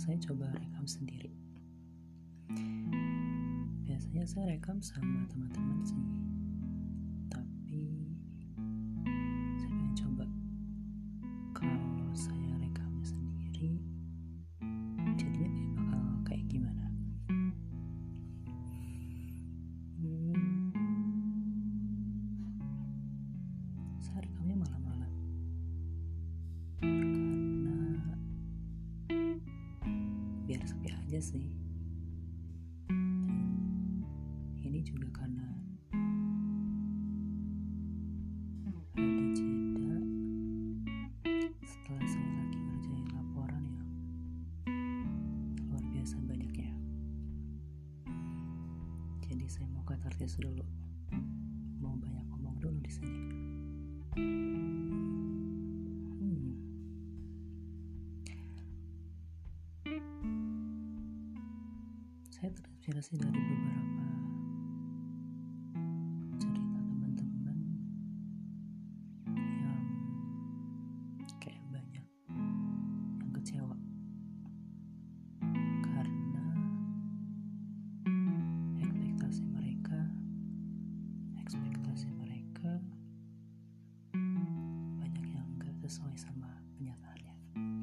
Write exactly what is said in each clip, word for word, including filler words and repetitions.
saya coba rekam sendiri. Biasanya saya rekam sama teman-teman sih, tapi saya pengen coba kalau saya rekamnya sendiri jadinya kayak bakal kayak gimana. hmm, saya rekamnya malam-malam karena biar sepi aja sih. Dan ini juga karena ada jeda setelah saya lagi ngerjain laporan yang luar biasa banyaknya. Jadi saya mau katarsis dulu, mau banyak ngomong dulu di sini. Hmm. Saya terinspirasi dari beberapa cerita teman-teman yang kayak banyak yang kecewa karena ekspektasi mereka ekspektasi mereka banyak yang gak sesuai sama kenyataannya.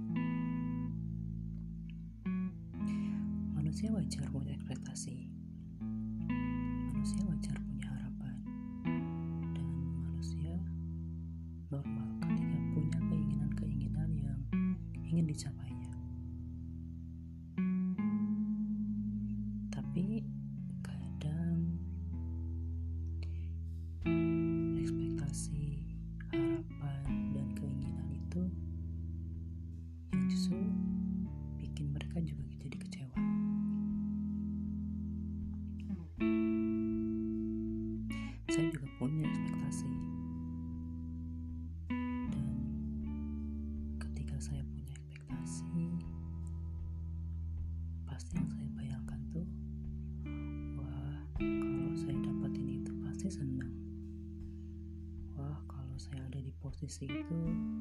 Manusia wajar punya ekspektasi, manusia wajar punya harapan, dan manusia normal ketika punya keinginan-keinginan yang ingin dicapainya. Tapi kadang ekspektasi, harapan, dan keinginan itu yang justru bikin mereka juga jadi kecewa. Saya juga punya ekspektasi, dan ketika saya punya ekspektasi, pasti yang saya bayangkan tuh, wah kalau saya dapatin itu pasti senang, wah kalau saya ada di posisi itu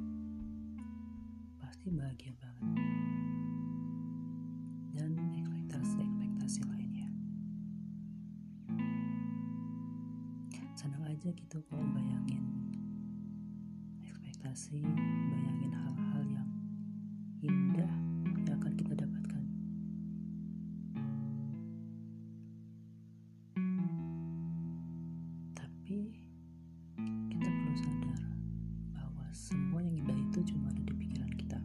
pasti bahagia banget, dan ekspektasi-ekspektasi lainnya. Senang aja gitu kalau bayangin ekspektasi, bayangin hal-hal yang indah yang akan kita dapatkan. Tapi kita perlu sadar bahwa semua yang indah itu cuma ada di pikiran kita.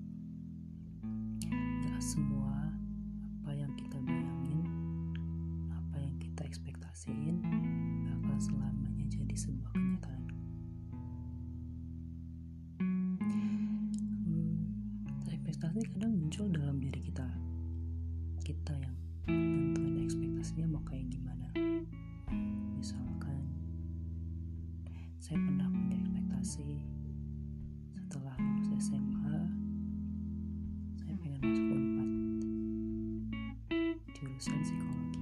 Gak semua apa yang kita bayangin, apa yang kita ekspektasiin bakal selamanya jadi sebuah kenyataan. Hmm, ekspektasi kadang muncul dalam diri kita. Kita yang tentuin ekspektasinya mau kayak gimana. Misalkan saya pernah punya ekspektasi setelah lulus S M A saya pengen masuk Unpad jurusan psikologi.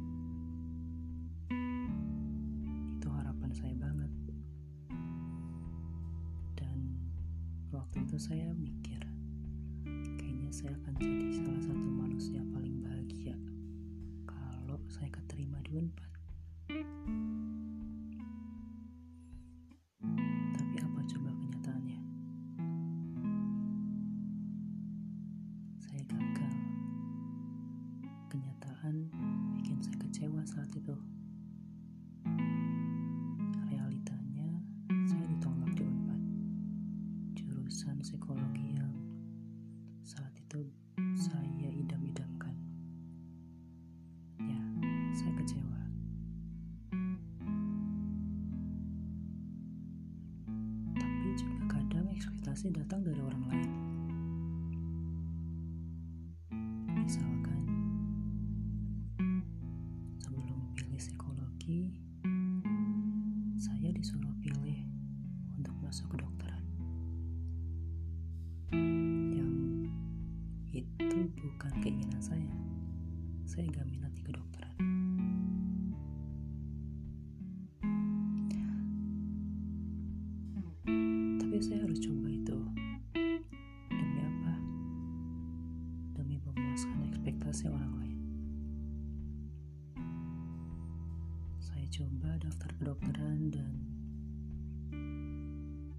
Itu harapan saya banget, dan waktu itu saya mikir kayaknya saya akan jadi salah satu manusia paling bahagia kalau saya keterima di Unpad. Tapi apa coba kenyataannya? Saya gagal. Kenyataan bikin saya kecewa saat itu. Realitanya saya ditolak di Unpad, jurusan psikologi yang saat itu saya idam-idamkan. Ya, saya kecewa. Tapi juga kadang ekspektasi datang dari orang lain. Misalkan sebelum pilih psikologi, saya disuruh pilih untuk masuk kedokteran, yang itu bukan keinginan saya. Saya gak minat di kedokteran. Tapi saya harus coba itu. Demi apa? Demi memuaskan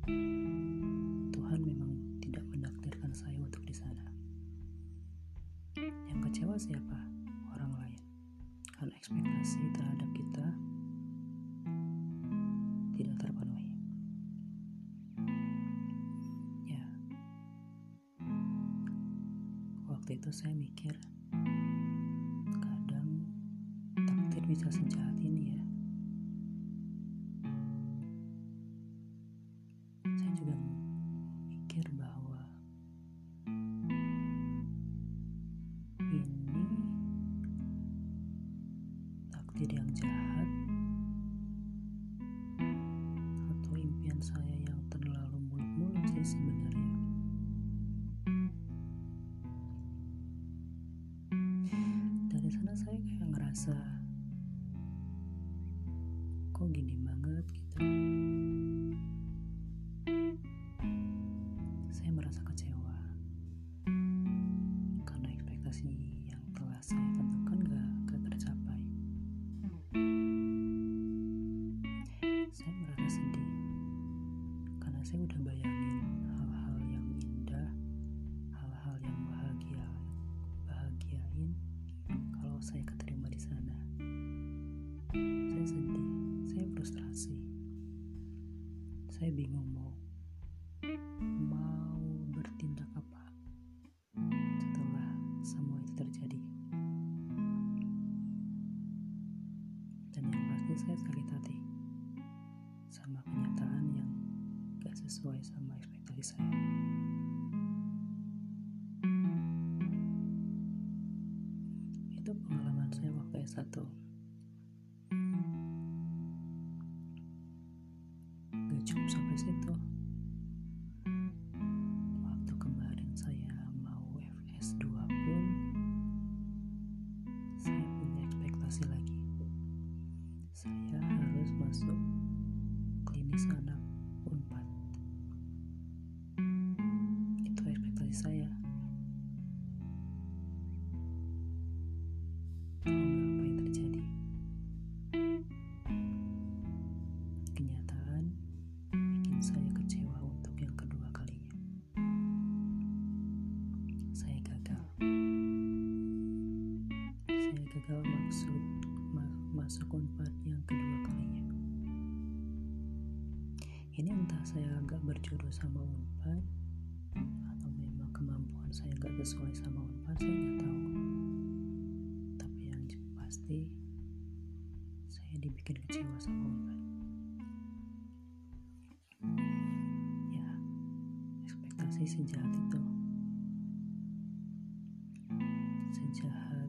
Tuhan memang tidak menakdirkan saya untuk di sana. Yang kecewa siapa? Orang lain. Karena ekspektasi terhadap kita tidak terpenuhi. Ya, waktu itu saya mikir, kadang takdir bisa sejahat ini ya. Saya juga mikir bahwa ini takdir yang jahat atau impian saya yang terlalu muluk-muluk sih sebenarnya. Dari sana saya kayak ngerasa kok gini banget gitu. Saya merasa kecewa karena ekspektasi yang telah saya tentukan gak, gak tercapai. Saya merasa sedih karena saya udah bayangin hal-hal yang indah, hal-hal yang bahagia, bahagiain kalau saya keterima di sana. Saya sedih, saya frustrasi, saya bingung mau mau bertindak apa setelah semua itu terjadi. Dan yang pasti saya sakit hati sama kenyataan yang gak sesuai sama ekspektasi saya. Itu pengalaman saya waktu S satu. Gak cukup sampai situ. Waktu kemarin saya mau F S dua pun saya punya ekspektasi lagi. Saya harus masuk klinis anak Unpad. Itu ekspektasi saya. Tahu nggak apa yang terjadi? Kenyataan bikin saya kecewa untuk yang kedua kalinya. Saya gagal. Saya gagal maksud ma- masuk Unpad yang kedua kalinya. Ini entah saya gak berjodoh sama Unpad atau memang kemampuan saya gak sesuai sama Unpad, saya gak tahu. Tapi yang pasti saya dibikin kecewa sama Unpad. Ya, ekspektasi sejahat itu. Sejahat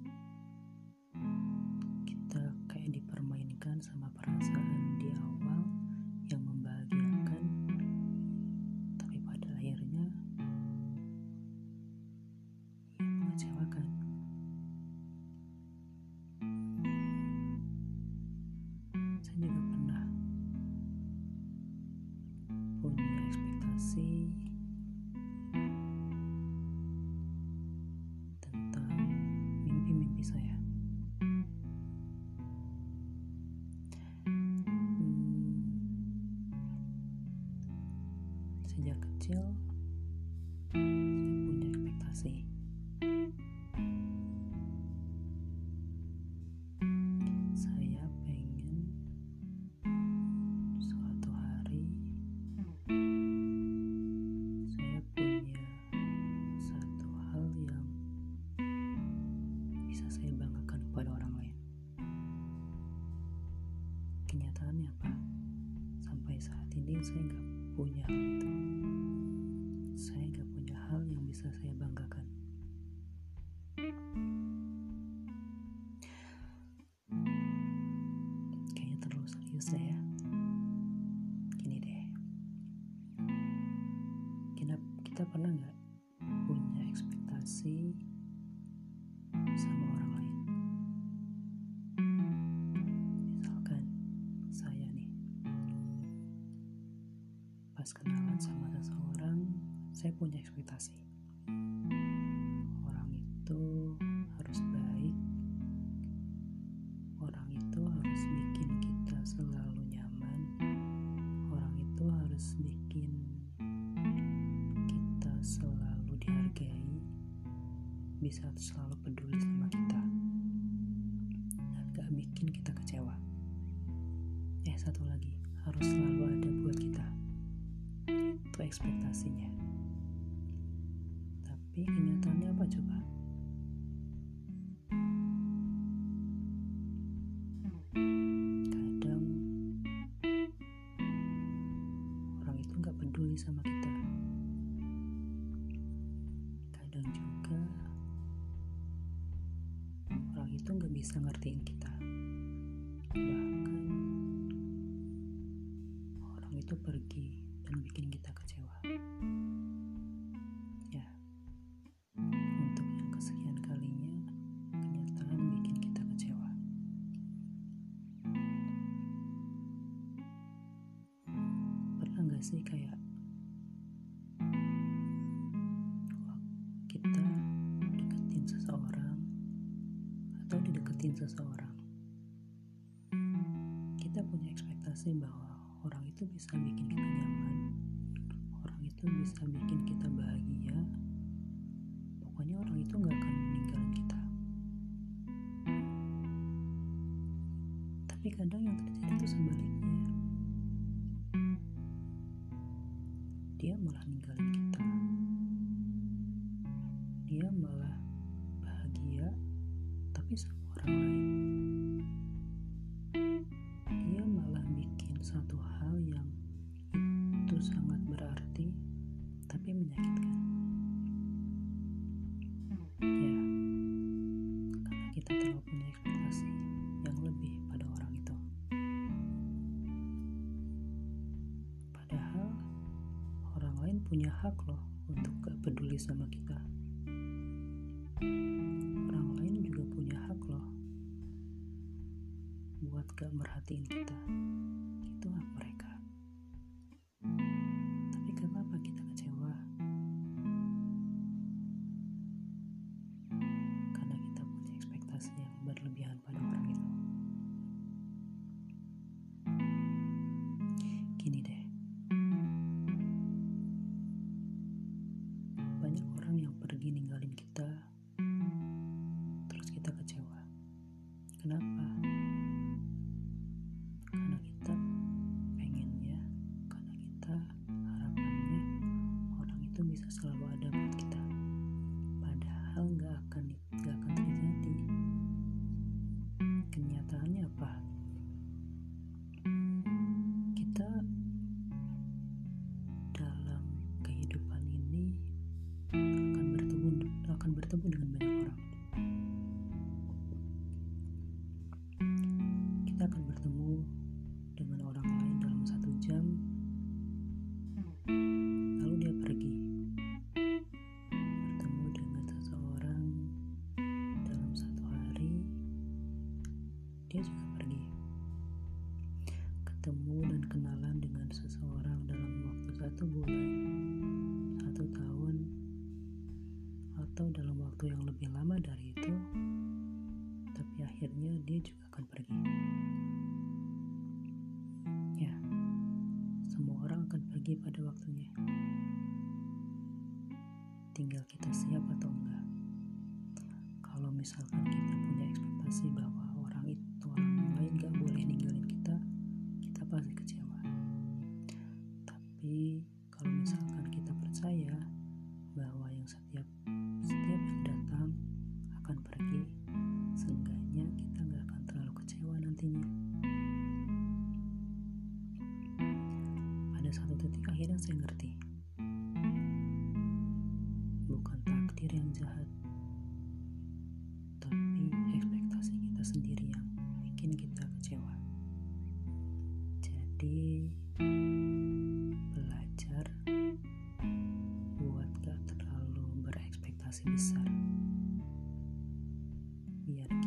kita kayak dipermainkan sama perasaan di awal yang membahagiakan, tapi pada akhirnya ya mengecewakan. Saya juga pernah punya ekspektasi tentang mimpi-mimpi saya. Hmm, sejak kecil saya punya ekspektasi. Saya pengen suatu hari saya punya satu hal yang bisa saya banggakan kepada orang lain. Kenyataannya apa? Sampai saat ini saya gak punya hal itu. Saya gak punya hal yang bisa saya banggakan. Kayaknya terlalu serius deh ya. Gini deh, kita, kita pernah gak punya ekspektasi sama orang lain? Misalkan saya nih, pas kenalan sama seseorang, saya punya ekspektasi. Orang itu harus baik, orang itu harus bikin kita selalu nyaman, orang itu harus bikin bisa selalu peduli sama kita dan gak bikin kita kecewa. Eh satu lagi, harus selalu ada buat kita. Itu ekspektasinya. Tapi kenyataannya apa coba? Kadang orang itu gak peduli sama kita. Kadang juga orang itu gak bisa ngertiin kita. Bahkan orang itu pergi dan bikin kita kecewa. Ya, untuk yang kesekian kalinya, kenyataan bikin kita kecewa. Pernah gak sih kayak kita deketin seseorang atau dideketin seseorang, kita punya ekspektasi bahwa orang itu bisa bikin kita nyaman, orang itu bisa bikin kita bahagia, pokoknya orang itu gak akan meninggalin kita. Tapi kadang yang terjadi itu sebaliknya, dia malah ninggalin kita, dia malah bahagia tapi sama orang lain. Dia malah bikin satu hal yang itu sangat berarti tapi menyakitkan. Ya, karena kita terlalu punya ekspektasi yang lebih pada orang itu. Padahal orang lain punya hak loh untuk gak peduli sama kita. Orang lain juga punya hak loh buat gak merhatiin kita. Itu hak mereka. Tapi kenapa kita kecewa? Karena kita punya ekspektasi yang berlebihan pada orang itu. Gini deh, banyak orang yang pergi ninggalin kita, terus kita kecewa. Kenapa? Karena kita pengennya, karena kita harapannya orang itu bisa selalu ada buat kita. Padahal gak akan, gak akan terjadi. Kenyataannya apa? Kita dalam kehidupan ini akan bertemu, akan bertemu dengan banyak orang. Kita akan bertemu dengan orang lain dalam satu jam, lalu dia pergi. Bertemu dengan seseorang dalam satu hari, dia juga pergi. Ketemu dan kenalan dengan seseorang dalam waktu satu bulan, satu tahun, atau dalam waktu yang lebih lama dari itu, tapi akhirnya dia juga akan pergi. Ya, semua orang akan pergi pada waktunya. Tinggal kita siap atau enggak. Kalau misalkan kita punya ekspektasi bahwa orang itu, orang lain gak boleh ninggalin kita, kita pasti kecewa. Tapi kalau misalkan kita percaya bahwa yang setiap setiap yang datang akan pergi, seenggaknya kita gak akan terlalu kecewa nantinya. Pada satu titik akhirnya saya ngerti, bukan takdir yang jahat, tapi ekspektasi kita sendiri yang bikin kita kecewa. Jadi belajar buat gak terlalu berekspektasi besar, biar